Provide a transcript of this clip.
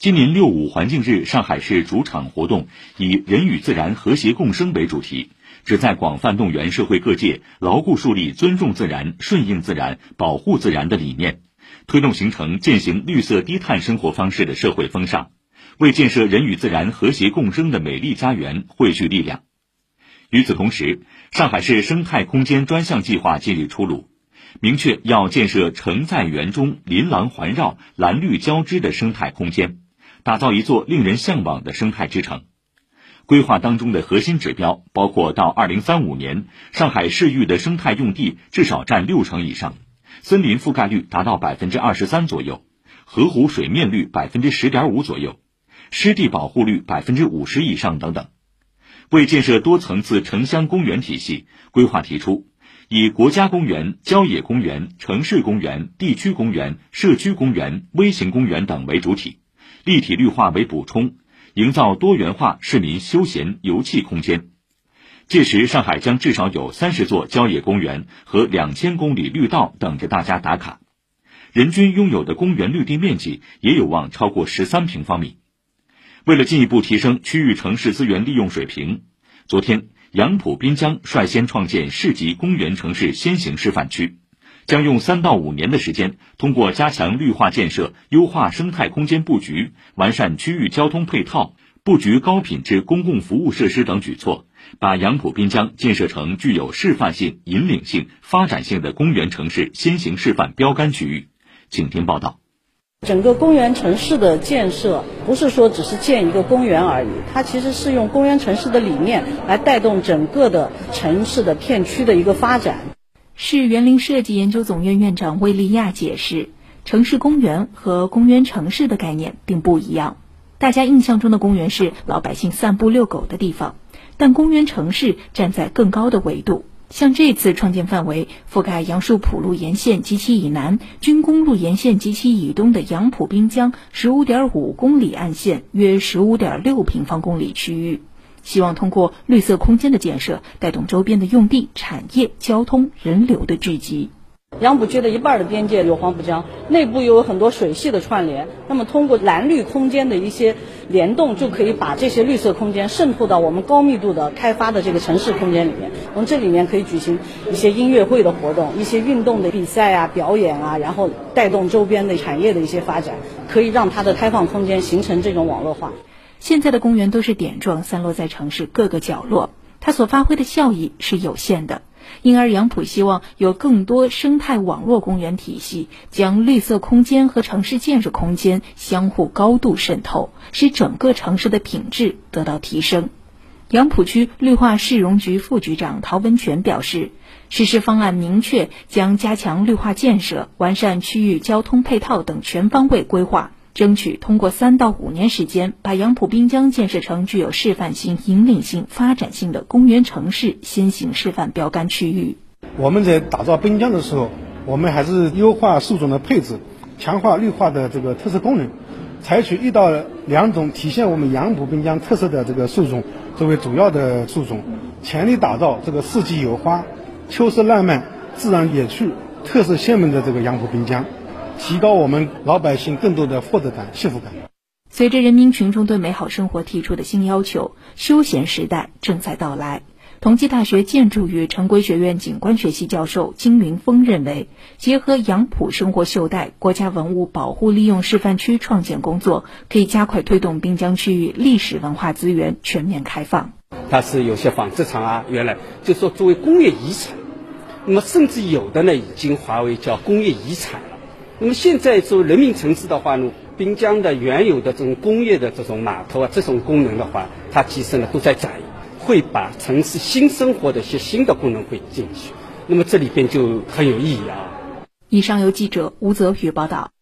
今年6·5环境日上海市主场活动以人与自然和谐共生为主题，旨在广泛动员社会各界牢固树立尊重自然、顺应自然、保护自然的理念，推动形成践行绿色低碳生活方式的社会风尚，为建设人与自然和谐共生的美丽家园汇聚力量。与此同时，上海市生态空间专项计划近日出炉，明确要建设城在园中、琳琅环绕、蓝绿交织的生态空间，打造一座令人向往的生态之城。规划当中的核心指标包括到2035年，上海市域的生态用地至少占60%以上，森林覆盖率达到23%左右，河湖水面率10.5%左右，湿地保护率50%以上等等。为建设多层次城乡公园体系，规划提出以国家公园、郊野公园、城市公园、地区公园、社区公园、微型公园等为主体，立体绿化为补充，营造多元化市民休闲游憩空间。届时，上海将至少有30座郊野公园和2000公里绿道等着大家打卡，人均拥有的公园绿地面积也有望超过13平方米。为了进一步提升区域城市资源利用水平，昨天杨浦滨江率先创建市级公园城市先行示范区，将用3到5年的时间，通过加强绿化建设、优化生态空间布局、完善区域交通配套、布局高品质公共服务设施等举措，把杨浦滨江建设成具有示范性、引领性、发展性的公园城市先行示范标杆区域。请听报道。 整个公园城市的建设不是说只是建一个公园而已，它其实是用公园城市的理念来带动整个的城市的片区的一个发展。 市园林设计研究总院院长魏丽亚解释，城市公园和公园城市的概念并不一样。大家印象中的公园是老百姓散步遛狗的地方，但公园城市站在更高的维度。像这次创建范围覆盖杨树浦路沿线及其以南、军工路沿线及其以东的杨浦滨江15.5公里岸线约15.6平方公里区域，希望通过绿色空间的建设，带动周边的用地、产业、交通、人流的聚集。 杨浦区的一半的边界有黄浦江，内部又有很多水系的串联，那么通过蓝绿空间的一些联动，就可以把这些绿色空间渗透到我们高密度的开发的这个城市空间里面。我们这里面可以举行一些音乐会的活动，一些运动的比赛啊、表演啊，然后带动周边的产业的一些发展，可以让它的开放空间形成这种网络化。 现在的公园都是点状散落在城市各个角落，它所发挥的效益是有限的。因而杨浦希望有更多生态网络公园体系，将绿色空间和城市建设空间相互高度渗透，使整个城市的品质得到提升。杨浦区绿化市容局副局长陶文全表示，实施方案明确将加强绿化建设、完善区域交通配套等全方位规划，争取通过3到5年时间，把杨浦滨江建设成具有示范性、引领性、发展性的公园城市先行示范标杆区域。 我们在打造滨江的时候，我们还是优化树种的配置，强化绿化的这个特色功能，采取1到2种体现我们杨浦滨江特色的这个树种作为主要的树种，全力打造这个四季有花、秋色烂漫、自然野趣、特色鲜明的这个杨浦滨江，提高我们老百姓更多的获得感、幸福感。 随着人民群众对美好生活提出的新要求，休闲时代正在到来。同济大学建筑与城规学院景观学系教授金云峰认为，结合杨浦生活秀带国家文物保护利用示范区创建工作，可以加快推动滨江区域历史文化资源全面开放。 它是有些纺织厂啊，原来就说作为工业遗产，那么甚至有的呢已经划为叫工业遗产了。那么现在作为人民城市的话呢，滨江的原有的这种工业的这种码头啊，这种功能的话，它其实呢都在展，会把城市新生活的一些新的功能会进去，那么这里边就很有意义啊。 以上由记者吴泽宇报道。